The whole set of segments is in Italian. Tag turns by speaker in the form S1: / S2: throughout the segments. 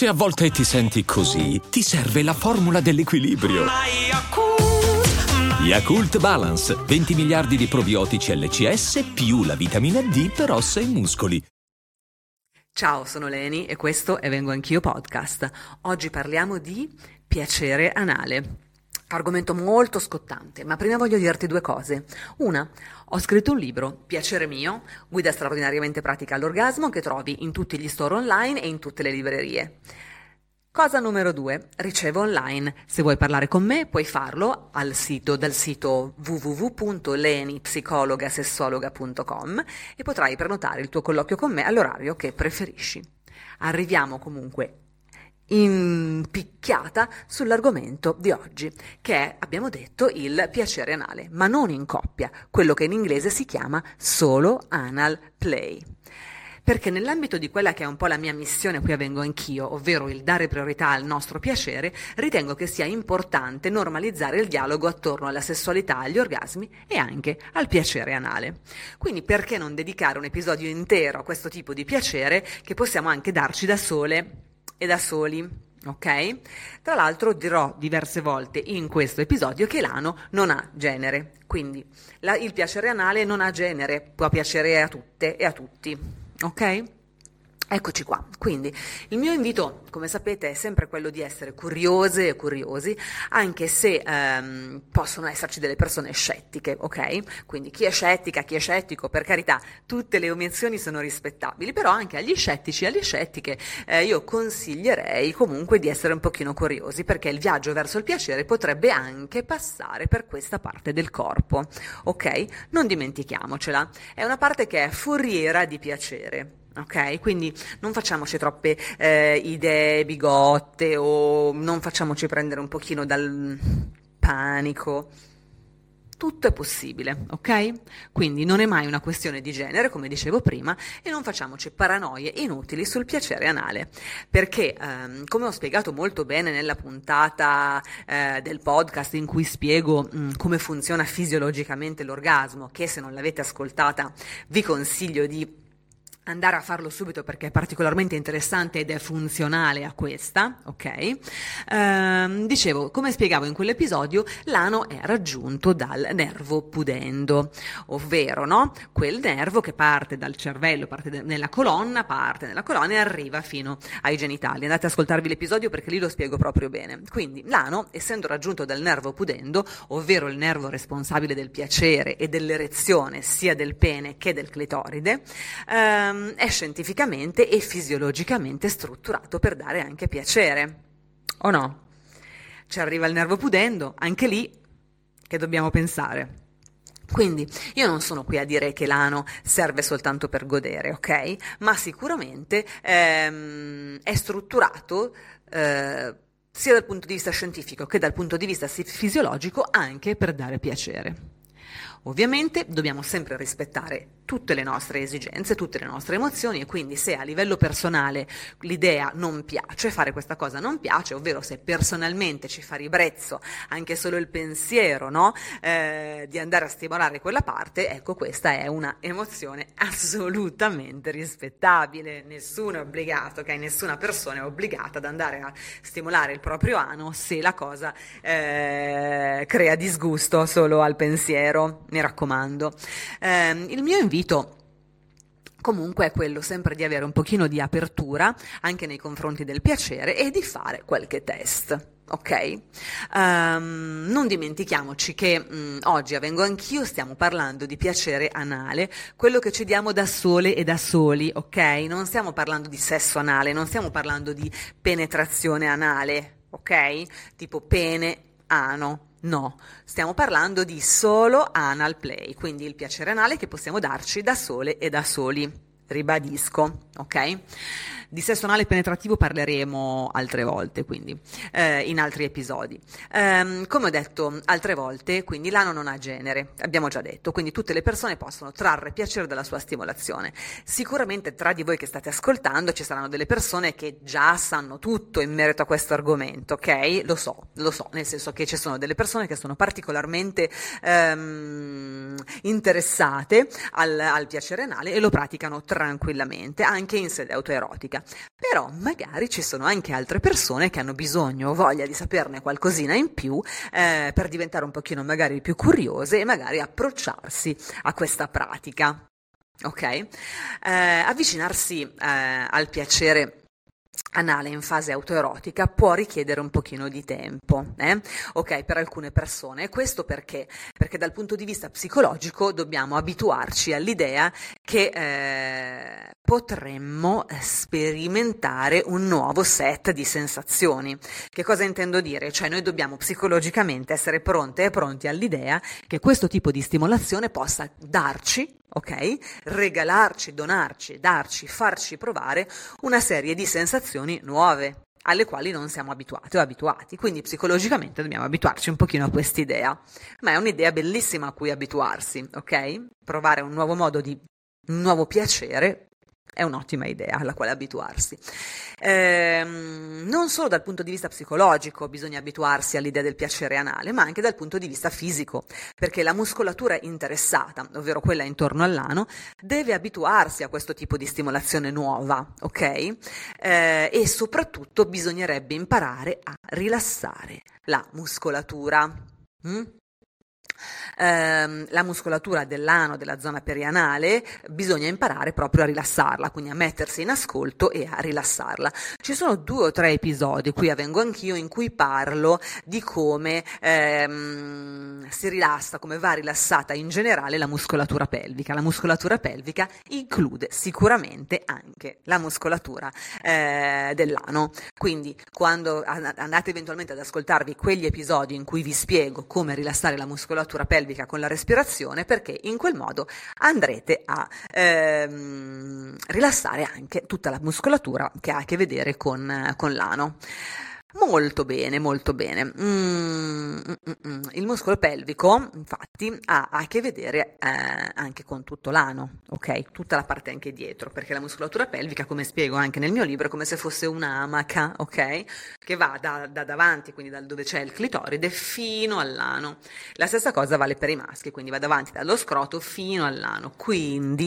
S1: Se a volte ti senti così, ti serve la formula dell'equilibrio. Yakult Balance, 20 miliardi di probiotici LCS più la vitamina D per ossa e muscoli.
S2: Ciao, sono Leni e questo è Vengo Anch'io Podcast. Oggi parliamo di piacere anale. Argomento molto scottante, ma prima voglio dirti due cose. Una, ho scritto un libro, Piacere mio, guida straordinariamente pratica all'orgasmo, che trovi in tutti gli store online e in tutte le librerie. Cosa numero 2, ricevo online. Se vuoi parlare con me puoi farlo dal sito www.lenipsicologasessuologa.com e potrai prenotare il tuo colloquio con me all'orario che preferisci. Arriviamo comunque in picchiata sull'argomento di oggi, che è, abbiamo detto, il piacere anale, ma non in coppia, quello che in inglese si chiama solo anal play. Perché nell'ambito di quella che è un po' la mia missione, qui a Vengo Anch'io, ovvero il dare priorità al nostro piacere, ritengo che sia importante normalizzare il dialogo attorno alla sessualità, agli orgasmi e anche al piacere anale. Quindi perché non dedicare un episodio intero a questo tipo di piacere che possiamo anche darci da sole e da soli, ok? Tra l'altro dirò diverse volte in questo episodio che l'ano non ha genere, quindi il piacere anale non ha genere, può piacere a tutte e a tutti. Ok? Eccoci qua. Quindi il mio invito, come sapete, è sempre quello di essere curiose e curiosi, anche se possono esserci delle persone scettiche, ok? Quindi chi è scettica, chi è scettico, per carità, tutte le obiezioni sono rispettabili, però anche agli scettici e alle scettiche io consiglierei comunque di essere un pochino curiosi, perché il viaggio verso il piacere potrebbe anche passare per questa parte del corpo, ok? Non dimentichiamocela, è una parte che è foriera di piacere. Ok, quindi non facciamoci troppe idee bigotte o non facciamoci prendere un pochino dal panico. Tutto è possibile, ok? Quindi non è mai una questione di genere, come dicevo prima, e non facciamoci paranoie inutili sul piacere anale, perché come ho spiegato molto bene nella puntata del podcast in cui spiego come funziona fisiologicamente l'orgasmo, che se non l'avete ascoltata vi consiglio di andare a farlo subito perché è particolarmente interessante ed è funzionale a questa, ok? Dicevo, come spiegavo in quell'episodio, l'ano è raggiunto dal nervo pudendo, ovvero, no? Quel nervo che parte dal cervello, parte nella colonna e arriva fino ai genitali. Andate ad ascoltarvi l'episodio perché lì lo spiego proprio bene. Quindi l'ano, essendo raggiunto dal nervo pudendo, ovvero il nervo responsabile del piacere e dell'erezione sia del pene che del clitoride, è scientificamente e fisiologicamente strutturato per dare anche piacere, o no? Ci arriva il nervo pudendo, anche lì che dobbiamo pensare? Quindi io non sono qui a dire che l'ano serve soltanto per godere, ok? Ma sicuramente è strutturato sia dal punto di vista scientifico che dal punto di vista fisiologico anche per dare piacere. Ovviamente dobbiamo sempre rispettare tutte le nostre esigenze, tutte le nostre emozioni, e quindi se a livello personale l'idea non piace, fare questa cosa non piace, ovvero se personalmente ci fa ribrezzo anche solo il pensiero, no? Di andare a stimolare quella parte, ecco, questa è una emozione assolutamente rispettabile. Nessuno è obbligato, ok? Nessuna persona è obbligata ad andare a stimolare il proprio ano se la cosa crea disgusto solo al pensiero, mi raccomando. Il mio invito comunque è quello sempre di avere un pochino di apertura anche nei confronti del piacere e di fare qualche test. Ok? Non dimentichiamoci che oggi a Vengo Anch'io stiamo parlando di piacere anale, quello che ci diamo da sole e da soli, ok? Non stiamo parlando di sesso anale, non stiamo parlando di penetrazione anale, ok? Tipo pene, ano. No, stiamo parlando di solo anal play, quindi il piacere anale che possiamo darci da sole e da soli, ribadisco, ok? Di sesso anale penetrativo parleremo altre volte, quindi in altri episodi. Come ho detto altre volte, quindi l'ano non ha genere, abbiamo già detto, quindi tutte le persone possono trarre piacere dalla sua stimolazione. Sicuramente tra di voi che state ascoltando ci saranno delle persone che già sanno tutto in merito a questo argomento, ok? Lo so, nel senso che ci sono delle persone che sono particolarmente interessate al piacere anale e lo praticano tranquillamente, anche in sede autoerotica. Però magari ci sono anche altre persone che hanno bisogno o voglia di saperne qualcosina in più per diventare un pochino magari più curiose e magari approcciarsi a questa pratica. Ok? Avvicinarsi al piacere anale in fase autoerotica può richiedere un pochino di tempo, ok, per alcune persone. E questo perché? Perché dal punto di vista psicologico dobbiamo abituarci all'idea che potremmo sperimentare un nuovo set di sensazioni. Che cosa intendo dire? Cioè noi dobbiamo psicologicamente essere pronte e pronti all'idea che questo tipo di stimolazione possa darci, ok? Regalarci, donarci, darci, farci provare una serie di sensazioni nuove alle quali non siamo abituati o abituati, quindi psicologicamente dobbiamo abituarci un pochino a quest'idea, ma è un'idea bellissima a cui abituarsi, ok? Provare un nuovo piacere è un'ottima idea alla quale abituarsi. Non solo dal punto di vista psicologico bisogna abituarsi all'idea del piacere anale, ma anche dal punto di vista fisico, perché la muscolatura interessata, ovvero quella intorno all'ano, deve abituarsi a questo tipo di stimolazione nuova, ok? E soprattutto bisognerebbe imparare a rilassare la muscolatura. La muscolatura dell'ano, della zona perianale, bisogna imparare proprio a rilassarla, quindi a mettersi in ascolto e a rilassarla. Ci sono 2 o 3 episodi, qui avvengo anch'io, in cui parlo di come si rilassa, come va rilassata in generale la muscolatura pelvica. La muscolatura pelvica include sicuramente anche la muscolatura dell'ano, quindi quando andate eventualmente ad ascoltarvi quegli episodi in cui vi spiego come rilassare la muscolatura pelvica con la respirazione, perché in quel modo andrete a rilassare anche tutta la muscolatura che ha a che vedere con l'ano. Molto bene, molto bene. Il muscolo pelvico, infatti, ha a che vedere anche con tutto l'ano, ok? Tutta la parte anche dietro, perché la muscolatura pelvica, come spiego anche nel mio libro, è come se fosse un'amaca, ok? Che va da davanti, quindi da dove c'è il clitoride, fino all'ano. La stessa cosa vale per i maschi, quindi va davanti dallo scroto fino all'ano. Quindi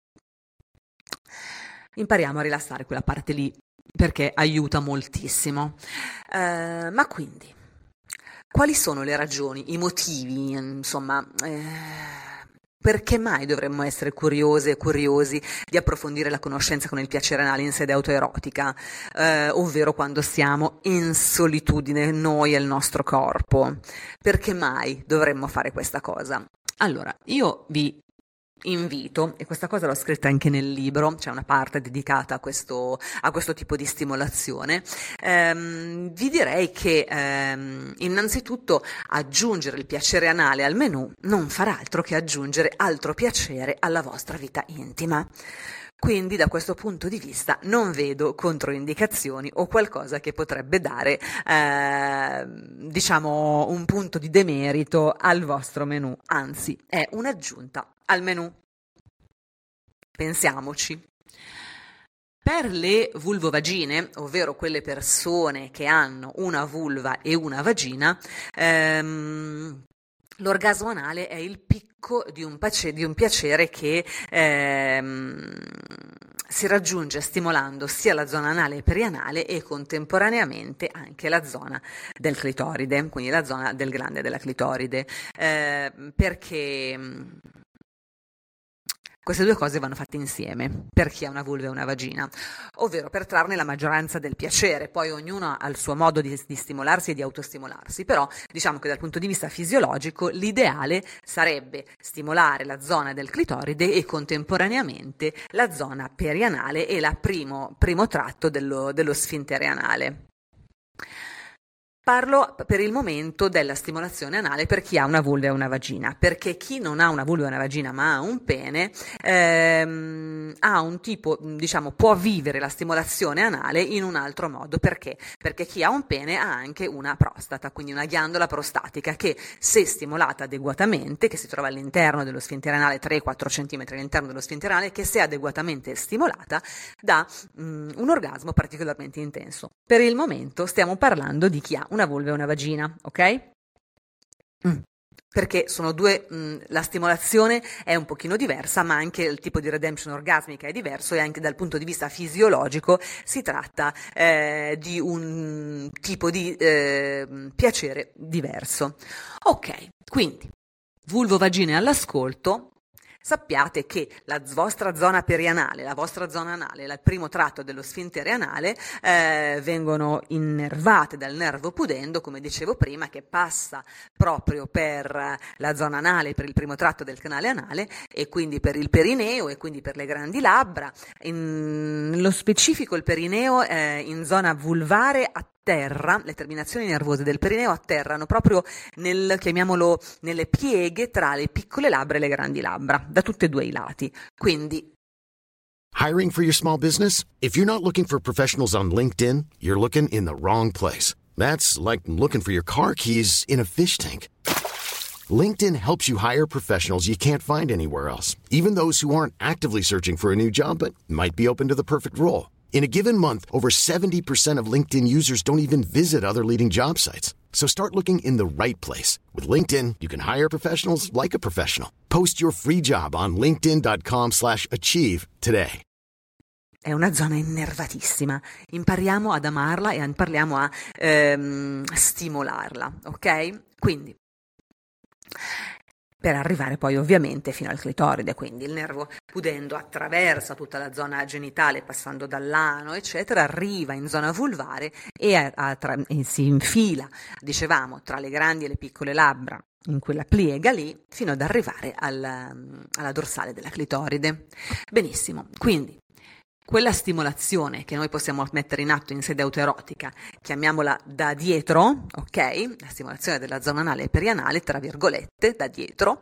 S2: impariamo a rilassare quella parte lì, perché aiuta moltissimo. Ma quindi, quali sono le ragioni, i motivi, insomma, perché mai dovremmo essere curiose e curiosi di approfondire la conoscenza con il piacere anale in sede autoerotica, ovvero quando siamo in solitudine noi e il nostro corpo? Perché mai dovremmo fare questa cosa? Allora, io vi invito, e questa cosa l'ho scritta anche nel libro, c'è una parte dedicata a questo tipo di stimolazione, vi direi che innanzitutto aggiungere il piacere anale al menù non farà altro che aggiungere altro piacere alla vostra vita intima. Quindi da questo punto di vista non vedo controindicazioni o qualcosa che potrebbe dare, diciamo, un punto di demerito al vostro menù, anzi è un'aggiunta al menù. Pensiamoci. Per le vulvovagine, ovvero quelle persone che hanno una vulva e una vagina, l'orgasmo anale è il picco di un piacere che si raggiunge stimolando sia la zona anale e perianale e contemporaneamente anche la zona del clitoride, quindi la zona del glande della clitoride, perché queste 2 cose vanno fatte insieme per chi ha una vulva e una vagina, ovvero per trarne la maggioranza del piacere. Poi ognuno ha il suo modo di stimolarsi e di autostimolarsi, però diciamo che dal punto di vista fisiologico l'ideale sarebbe stimolare la zona del clitoride e contemporaneamente la zona perianale e il primo tratto dello sfintere anale. Parlo per il momento della stimolazione anale per chi ha una vulva e una vagina, perché chi non ha una vulva e una vagina ma ha un pene ha un tipo, diciamo, può vivere la stimolazione anale in un altro modo. Perché? Perché chi ha un pene ha anche una prostata, quindi una ghiandola prostatica che, se stimolata adeguatamente, che si trova all'interno dello sfintere anale, 3-4 cm all'interno dello sfintere anale, che se adeguatamente stimolata dà un orgasmo particolarmente intenso. Per il momento stiamo parlando di chi ha una vulva e una vagina, ok? perché sono due, la stimolazione è un pochino diversa, ma anche il tipo di redemption orgasmica è diverso e anche dal punto di vista fisiologico si tratta di un tipo di piacere diverso. Ok, quindi vulvovagine all'ascolto. Sappiate che la vostra zona perianale, la vostra zona anale, il primo tratto dello sfintere anale vengono innervate dal nervo pudendo, come dicevo prima, che passa proprio per la zona anale, per il primo tratto del canale anale e quindi per il perineo e quindi per le grandi labbra. Nello specifico il perineo in zona vulvare atterra, le terminazioni nervose del perineo atterrano proprio chiamiamolo, nelle pieghe tra le piccole labbra e le grandi labbra, da tutti e due i lati. Quindi
S3: Hiring for your small business? If you're not looking for professionals on LinkedIn, you're looking in the wrong place. That's like looking for your car keys in a fish tank. LinkedIn helps you hire professionals you can't find anywhere else, even those who aren't actively searching for a new job but might be open to the perfect role. In a given month, over 70% of LinkedIn users don't even visit other leading job sites. So start looking in the right place. With LinkedIn, you can hire professionals like a professional. Post your free job on linkedin.com/achieve today.
S2: è una zona innervatissima, impariamo ad amarla e impariamo a stimolarla, ok? Quindi per arrivare poi ovviamente fino al clitoride, quindi il nervo pudendo attraversa tutta la zona genitale passando dall'ano eccetera, arriva in zona vulvare e si infila, dicevamo, tra le grandi e le piccole labbra in quella pliega lì fino ad arrivare alla dorsale della clitoride. Benissimo, quindi quella stimolazione che noi possiamo mettere in atto in sede autoerotica, chiamiamola da dietro, ok? La stimolazione della zona anale e perianale, tra virgolette, da dietro,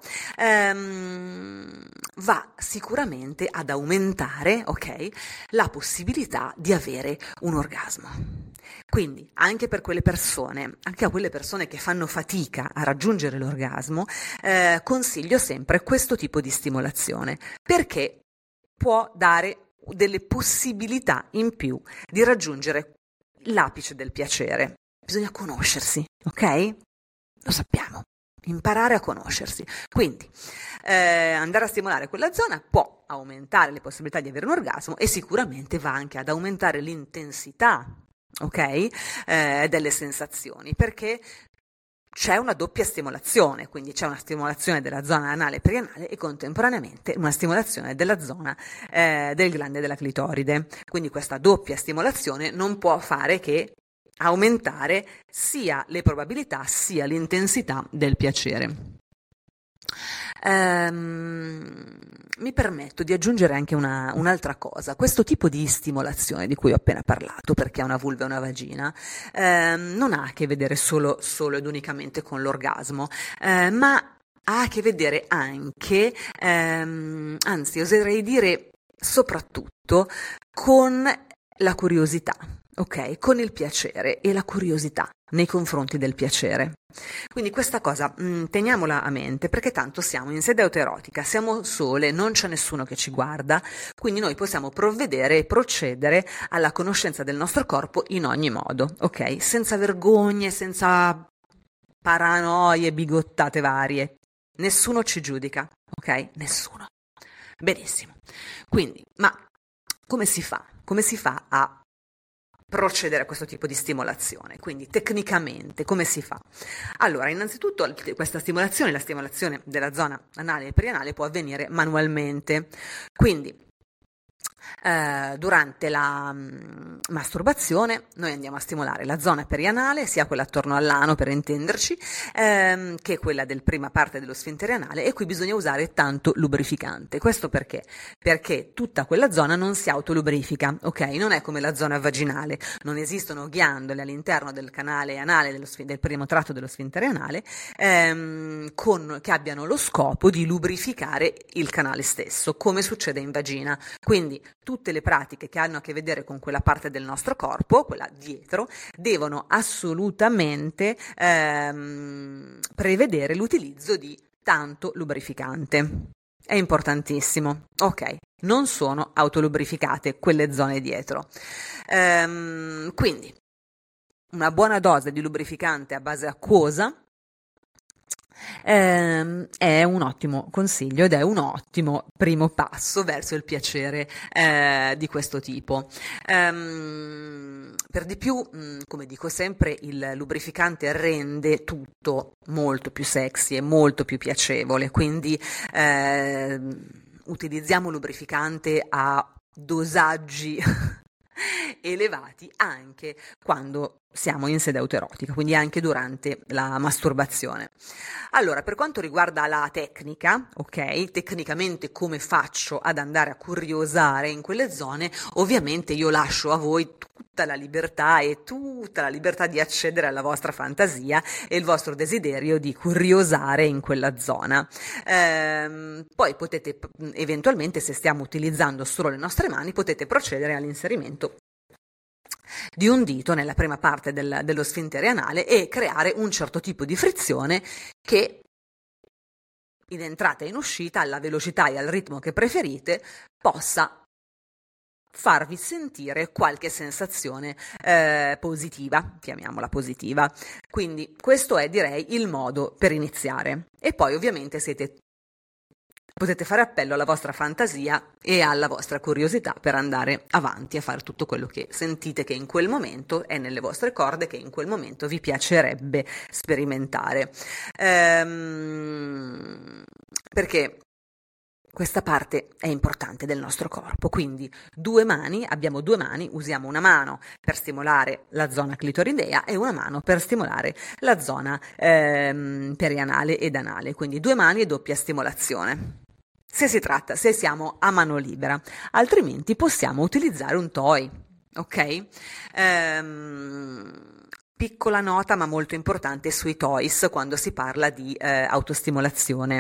S2: va sicuramente ad aumentare, ok? La possibilità di avere un orgasmo. Quindi anche per quelle persone, anche a quelle persone che fanno fatica a raggiungere l'orgasmo, consiglio sempre questo tipo di stimolazione, perché può dare delle possibilità in più di raggiungere l'apice del piacere. Bisogna conoscersi, ok? Lo sappiamo, imparare a conoscersi. Quindi andare a stimolare quella zona può aumentare le possibilità di avere un orgasmo e sicuramente va anche ad aumentare l'intensità, ok? Delle sensazioni, perché c'è una doppia stimolazione, quindi c'è una stimolazione della zona anale e perianale e contemporaneamente una stimolazione della zona del glande della clitoride. Quindi questa doppia stimolazione non può fare che aumentare sia le probabilità sia l'intensità del piacere. Mi permetto di aggiungere anche un'altra cosa. Questo tipo di stimolazione di cui ho appena parlato, perché ha una vulva e una vagina, non ha a che vedere solo ed unicamente con l'orgasmo, ma ha a che vedere anche, anzi oserei dire soprattutto, con la curiosità, ok? Con il piacere e la curiosità nei confronti del piacere. Quindi questa cosa teniamola a mente, perché tanto siamo in sede autoerotica, siamo sole, non c'è nessuno che ci guarda, quindi noi possiamo provvedere e procedere alla conoscenza del nostro corpo in ogni modo, ok? Senza vergogne, senza paranoie, bigottate varie. Nessuno ci giudica, ok? Nessuno. Benissimo. Quindi, ma come si fa? Come si fa a procedere a questo tipo di stimolazione? Quindi tecnicamente come si fa? Allora, innanzitutto questa stimolazione, la stimolazione della zona anale e perianale può avvenire manualmente, quindi durante la masturbazione noi andiamo a stimolare la zona perianale, sia quella attorno all'ano per intenderci, che quella del prima parte dello sfintere anale, e qui bisogna usare tanto lubrificante. Questo perché? Perché tutta quella zona non si autolubrifica, ok? Non è come la zona vaginale, non esistono ghiandole all'interno del canale anale del primo tratto dello sfintere anale che abbiano lo scopo di lubrificare il canale stesso, come succede in vagina. Quindi tutte le pratiche che hanno a che vedere con quella parte del nostro corpo, quella dietro, devono assolutamente prevedere l'utilizzo di tanto lubrificante. È importantissimo, ok? Non sono autolubrificate quelle zone dietro. Quindi una buona dose di lubrificante a base acquosa è un ottimo consiglio ed è un ottimo primo passo verso il piacere di questo tipo. Per di più, come dico sempre, il lubrificante rende tutto molto più sexy e molto più piacevole, quindi utilizziamo lubrificante a dosaggi elevati anche quando siamo in sede autoerotica, quindi anche durante la masturbazione. Allora, per quanto riguarda la tecnica, ok, tecnicamente come faccio ad andare a curiosare in quelle zone, ovviamente io lascio a voi tutta la libertà di accedere alla vostra fantasia e il vostro desiderio di curiosare in quella zona. Poi potete eventualmente, se stiamo utilizzando solo le nostre mani, potete procedere all'inserimento di un dito nella prima parte dello sfintere anale e creare un certo tipo di frizione che in entrata e in uscita, alla velocità e al ritmo che preferite, possa farvi sentire qualche sensazione positiva, chiamiamola positiva. Quindi questo è, direi, il modo per iniziare. E poi ovviamente potete fare appello alla vostra fantasia e alla vostra curiosità per andare avanti a fare tutto quello che sentite che in quel momento è nelle vostre corde, che in quel momento vi piacerebbe sperimentare. Perché questa parte è importante del nostro corpo, quindi abbiamo due mani, usiamo una mano per stimolare la zona clitoridea e una mano per stimolare la zona perianale ed anale, quindi due mani e doppia stimolazione. Se siamo a mano libera, altrimenti possiamo utilizzare un toy, ok? Piccola nota ma molto importante sui toys quando si parla di autostimolazione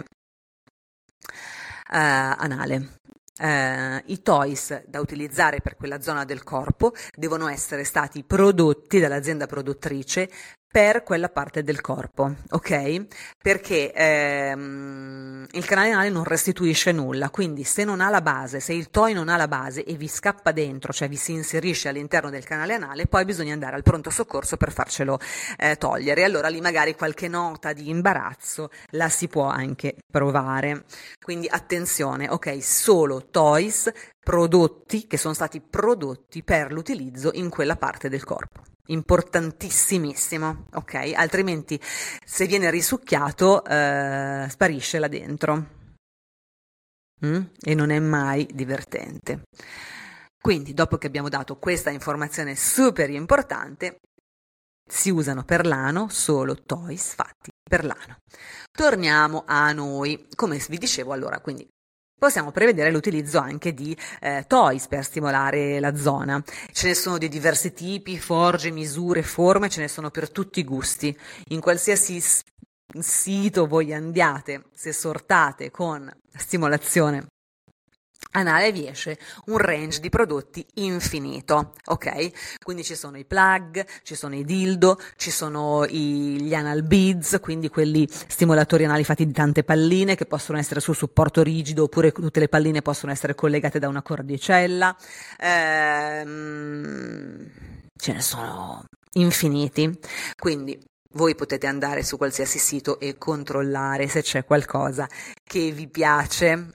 S2: anale. I toys da utilizzare per quella zona del corpo devono essere stati prodotti dall'azienda produttrice per quella parte del corpo, ok? Perché il canale anale non restituisce nulla, quindi se il toy non ha la base e vi scappa dentro, cioè vi si inserisce all'interno del canale anale, poi bisogna andare al pronto soccorso per farcelo togliere. Allora lì magari qualche nota di imbarazzo la si può anche provare. Quindi attenzione, ok? Solo toys prodotti che sono stati prodotti per l'utilizzo in quella parte del corpo. Importantissimissimo, ok? Altrimenti se viene risucchiato sparisce là dentro e non è mai divertente. Quindi dopo che abbiamo dato questa informazione super importante, si usano per l'ano solo toys fatti per l'ano. Torniamo a noi, come vi dicevo, allora, quindi possiamo prevedere l'utilizzo anche di toys per stimolare la zona. Ce ne sono di diversi tipi, forme, misure, forme, ce ne sono per tutti i gusti. In qualsiasi sito voi andiate, se sortate con stimolazione anale vi esce un range di prodotti infinito, ok? Quindi ci sono i plug, ci sono i dildo, ci sono gli anal beads, quindi quelli stimolatori anali fatti di tante palline che possono essere su supporto rigido oppure tutte le palline possono essere collegate da una cordicella. Ce ne sono infiniti, quindi voi potete andare su qualsiasi sito e controllare se c'è qualcosa che vi piace.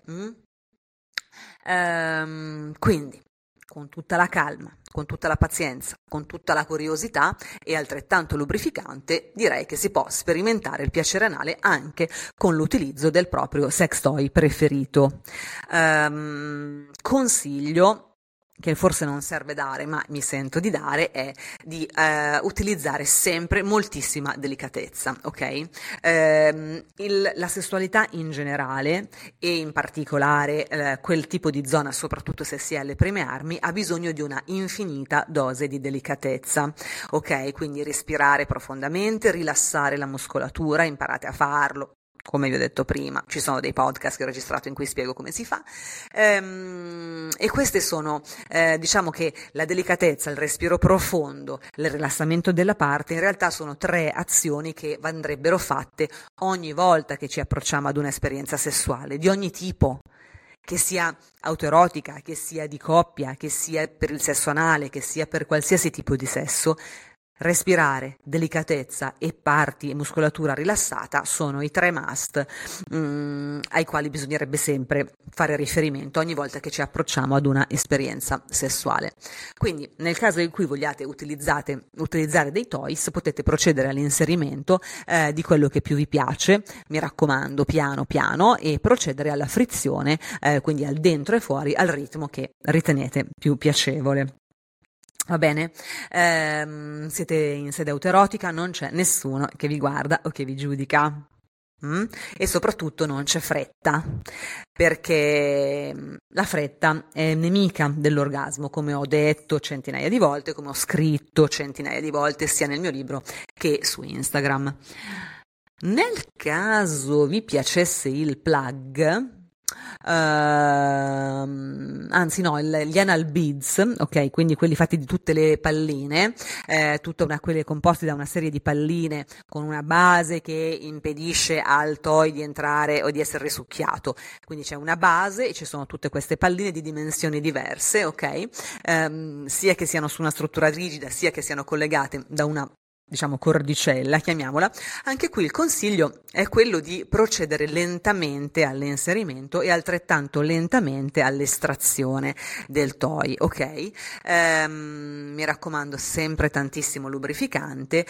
S2: Quindi con tutta la calma, con tutta la pazienza, con tutta la curiosità e altrettanto lubrificante, direi che si può sperimentare il piacere anale anche con l'utilizzo del proprio sex toy preferito. Consiglio che forse non serve dare, ma mi sento di dare, è di utilizzare sempre moltissima delicatezza, ok? La sessualità in generale e in particolare quel tipo di zona, soprattutto se si è alle prime armi, ha bisogno di una infinita dose di delicatezza, ok? Quindi respirare profondamente, rilassare la muscolatura, imparate a farlo. Come vi ho detto prima, ci sono dei podcast che ho registrato in cui spiego come si fa, e queste sono, diciamo che la delicatezza, il respiro profondo, il rilassamento della parte, in realtà sono 3 azioni che andrebbero fatte ogni volta che ci approcciamo ad un'esperienza sessuale, di ogni tipo, che sia autoerotica, che sia di coppia, che sia per il sesso anale, che sia per qualsiasi tipo di sesso. respirare, delicatezza e parti e muscolatura rilassata sono i 3 must ai quali bisognerebbe sempre fare riferimento ogni volta che ci approcciamo ad una esperienza sessuale. Quindi nel caso in cui vogliate utilizzare dei toys, potete procedere all'inserimento di quello che più vi piace, mi raccomando piano piano, e procedere alla frizione, quindi al dentro e fuori, al ritmo che ritenete più piacevole. Va bene? Siete in sede autoerotica, non c'è nessuno che vi guarda o che vi giudica. E soprattutto non c'è fretta, perché la fretta è nemica dell'orgasmo, come ho detto centinaia di volte, come ho scritto centinaia di volte sia nel mio libro che su Instagram. Nel caso vi piacesse il plug, anzi no, gli anal beads, ok, quindi quelli fatti di tutte le palline, quelli composti da una serie di palline con una base che impedisce al toy di entrare o di essere risucchiato, quindi c'è una base e ci sono tutte queste palline di dimensioni diverse, ok, sia che siano su una struttura rigida sia che siano collegate da una, diciamo, cordicella, chiamiamola. Anche qui il consiglio è quello di procedere lentamente all'inserimento e altrettanto lentamente all'estrazione del toy, ok? Mi raccomando, sempre tantissimo lubrificante,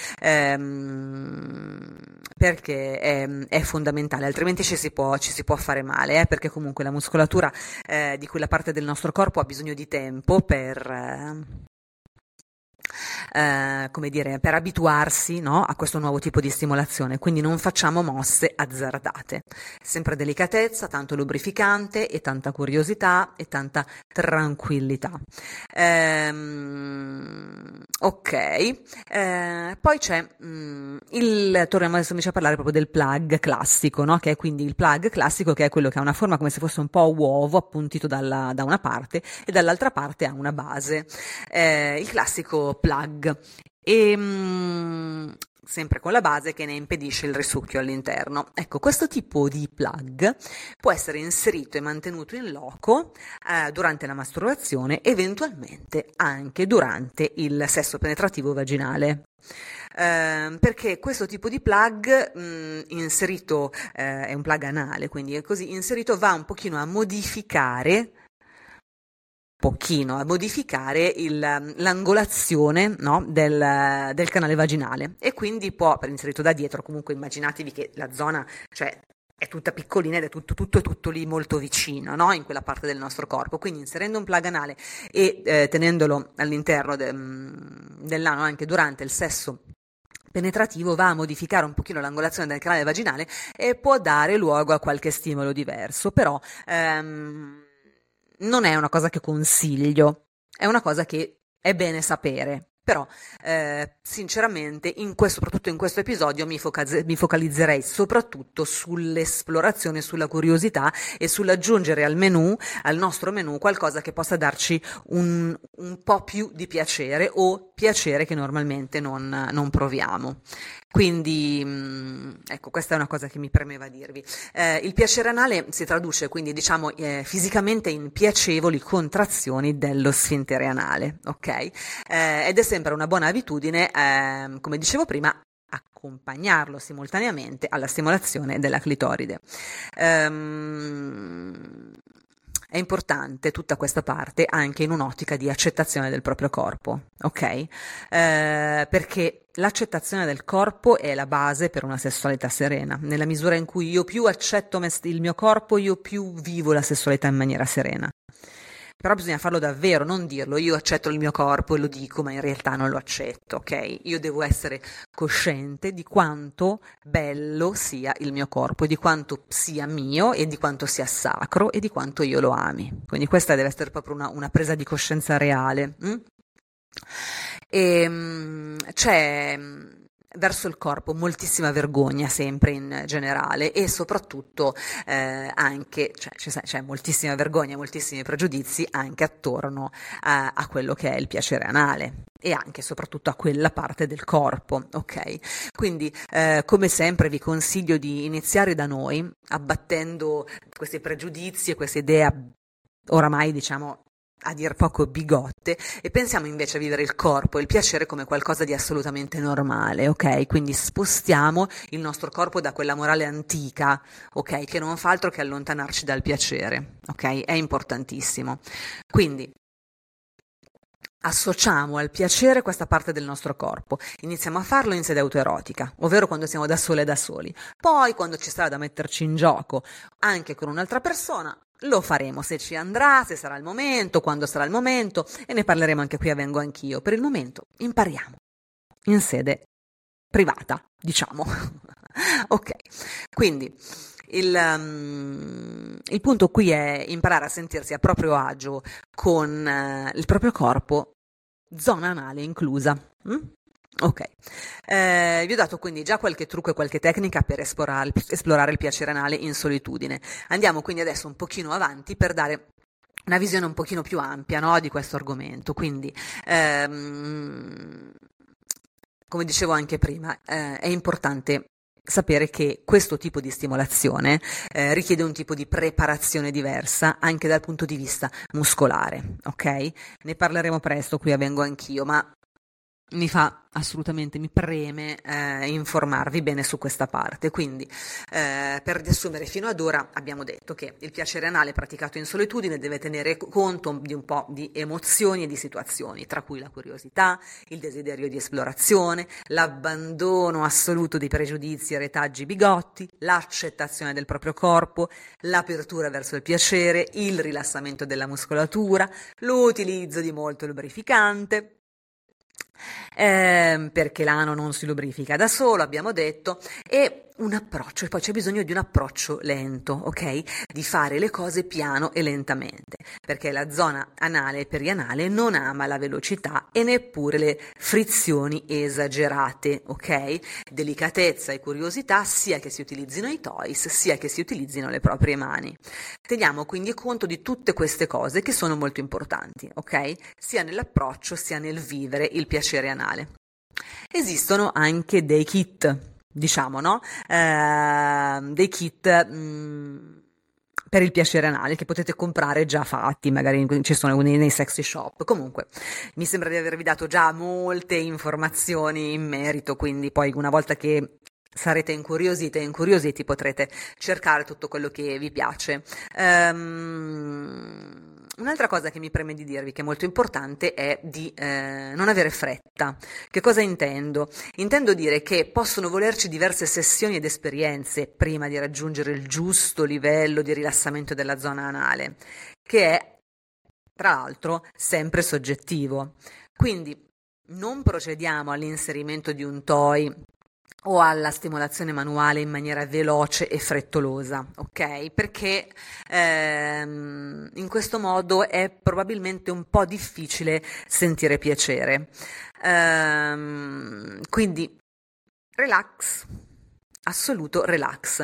S2: perché è fondamentale, altrimenti ci si può fare male, perché comunque la muscolatura di quella parte del nostro corpo ha bisogno di tempo per abituarsi, no, a questo nuovo tipo di stimolazione, quindi non facciamo mosse azzardate, sempre delicatezza, tanto lubrificante e tanta curiosità e tanta tranquillità. Ok, poi c'è torniamo adesso invece a parlare proprio del plug classico, no? Che è quindi il plug classico, che è quello che ha una forma come se fosse un po' uovo, appuntito da una parte e dall'altra parte ha una base, il classico plug, e sempre con la base che ne impedisce il risucchio all'interno. Ecco, questo tipo di plug può essere inserito e mantenuto in loco durante la masturbazione, eventualmente anche durante il sesso penetrativo vaginale. Perché questo tipo di plug inserito è un plug anale, quindi è così inserito, va un pochino a modificare l'angolazione, no, del canale vaginale, e quindi può, per inserito da dietro, comunque immaginatevi che la zona, cioè, è tutta piccolina ed è tutto lì molto vicino, no, in quella parte del nostro corpo, quindi inserendo un plug anale e tenendolo all'interno dell'ano anche durante il sesso penetrativo, va a modificare un pochino l'angolazione del canale vaginale e può dare luogo a qualche stimolo diverso, però non è una cosa che consiglio, è una cosa che è bene sapere. Però sinceramente soprattutto in questo episodio mi focalizzerei soprattutto sull'esplorazione, sulla curiosità e sull'aggiungere al nostro menù, qualcosa che possa darci un po' più di piacere, o piacere che normalmente non proviamo. Quindi ecco, questa è una cosa che mi premeva dirvi. Il piacere anale si traduce quindi, diciamo, fisicamente in piacevoli contrazioni dello sfintere anale, ok? Ed è sempre una buona abitudine, come dicevo prima, accompagnarlo simultaneamente alla stimolazione della clitoride. È importante tutta questa parte anche in un'ottica di accettazione del proprio corpo, ok? Perché l'accettazione del corpo è la base per una sessualità serena. Nella misura in cui io più accetto il mio corpo, io più vivo la sessualità in maniera serena. Però bisogna farlo davvero, non dirlo, io accetto il mio corpo e lo dico, ma in realtà non lo accetto, ok? Io devo essere cosciente di quanto bello sia il mio corpo, di quanto sia mio e di quanto sia sacro e di quanto io lo ami. Quindi questa deve essere proprio una presa di coscienza reale. E c'è verso il corpo moltissima vergogna sempre in generale, e soprattutto anche c'è moltissima vergogna, moltissimi pregiudizi anche attorno a quello che è il piacere anale e anche soprattutto a quella parte del corpo, ok? Quindi come sempre vi consiglio di iniziare da noi, abbattendo questi pregiudizi e queste idee oramai, diciamo, a dir poco bigotte, e pensiamo invece a vivere il corpo e il piacere come qualcosa di assolutamente normale, ok? Quindi spostiamo il nostro corpo da quella morale antica, ok? Che non fa altro che allontanarci dal piacere, ok? È importantissimo. Quindi associamo al piacere questa parte del nostro corpo, iniziamo a farlo in sede autoerotica, ovvero quando siamo da sole e da soli. Poi, quando ci sarà da metterci in gioco anche con un'altra persona, lo faremo, se ci andrà, se sarà il momento, quando sarà il momento, e ne parleremo anche qui a Vengo Anch'io. Per il momento impariamo in sede privata, diciamo. Ok, quindi il punto qui è imparare a sentirsi a proprio agio con il proprio corpo, zona anale inclusa. Ok, vi ho dato quindi già qualche trucco e qualche tecnica per esplorare il piacere anale in solitudine. Andiamo quindi adesso un pochino avanti per dare una visione un pochino più ampia, no, di questo argomento. Quindi, come dicevo anche prima, è importante sapere che questo tipo di stimolazione richiede un tipo di preparazione diversa anche dal punto di vista muscolare, ok? Ne parleremo presto, qui a Vengo Anch'io, ma mi preme informarvi bene su questa parte. Quindi, per riassumere, fino ad ora abbiamo detto che il piacere anale praticato in solitudine deve tenere conto di un po' di emozioni e di situazioni, tra cui la curiosità, il desiderio di esplorazione, l'abbandono assoluto di pregiudizi e retaggi bigotti, l'accettazione del proprio corpo, l'apertura verso il piacere, il rilassamento della muscolatura, l'utilizzo di molto lubrificante, perché l'ano non si lubrifica da solo, abbiamo detto, e un approccio, e poi c'è bisogno di un approccio lento, ok? Di fare le cose piano e lentamente, perché la zona anale e perianale non ama la velocità e neppure le frizioni esagerate, ok? Delicatezza e curiosità sia che si utilizzino i toys, sia che si utilizzino le proprie mani. Teniamo quindi conto di tutte queste cose che sono molto importanti, ok? Sia nell'approccio sia nel vivere il piacere anale. Esistono anche dei kit, diciamo, no? Dei kit per il piacere anale che potete comprare già fatti, magari ci sono nei sexy shop. Comunque, mi sembra di avervi dato già molte informazioni in merito, quindi poi una volta che sarete incuriosite e incuriositi potrete cercare tutto quello che vi piace. Un'altra cosa che mi preme di dirvi, che è molto importante, è di non avere fretta. Che cosa intendo? Intendo dire che possono volerci diverse sessioni ed esperienze prima di raggiungere il giusto livello di rilassamento della zona anale, che è, tra l'altro, sempre soggettivo. Quindi non procediamo all'inserimento di un toy o alla stimolazione manuale in maniera veloce e frettolosa, ok? Perché in questo modo è probabilmente un po' difficile sentire piacere. Quindi relax, assoluto relax.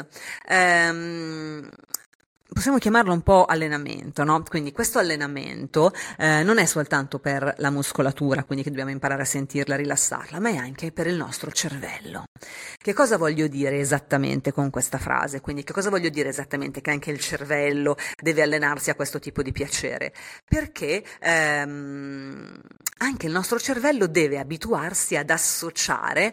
S2: Possiamo chiamarlo un po' allenamento, no? Quindi questo allenamento non è soltanto per la muscolatura, quindi che dobbiamo imparare a sentirla, a rilassarla, ma è anche per il nostro cervello. Che cosa voglio dire esattamente con questa frase? Quindi che cosa voglio dire esattamente che anche il cervello deve allenarsi a questo tipo di piacere? Perché anche il nostro cervello deve abituarsi ad associare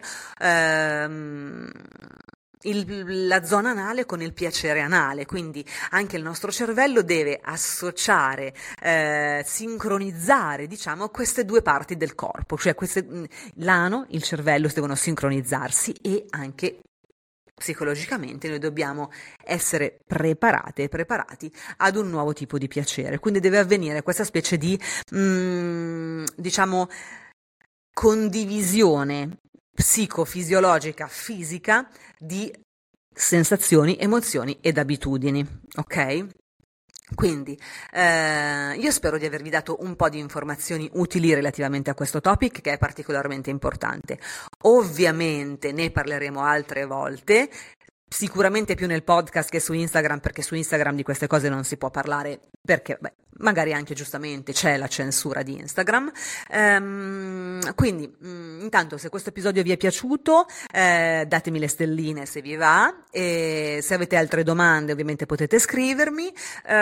S2: la zona anale con il piacere anale, quindi anche il nostro cervello deve associare, sincronizzare, diciamo, queste due parti del corpo, cioè l'ano, il cervello devono sincronizzarsi, e anche psicologicamente noi dobbiamo essere preparate e preparati ad un nuovo tipo di piacere, quindi deve avvenire questa specie di, diciamo, condivisione psicofisiologica, fisica, di sensazioni, emozioni ed abitudini, ok? Quindi io spero di avervi dato un po' di informazioni utili relativamente a questo topic, che è particolarmente importante. Ovviamente ne parleremo altre volte, sicuramente più nel podcast che su Instagram, perché su Instagram di queste cose non si può parlare, perché magari anche giustamente c'è la censura di Instagram. Quindi intanto, se questo episodio vi è piaciuto, datemi le stelline se vi va, e se avete altre domande ovviamente potete scrivermi.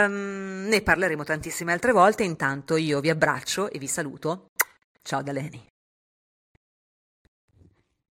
S2: Ne parleremo tantissime altre volte. Intanto io vi abbraccio e vi saluto. Ciao da Leni.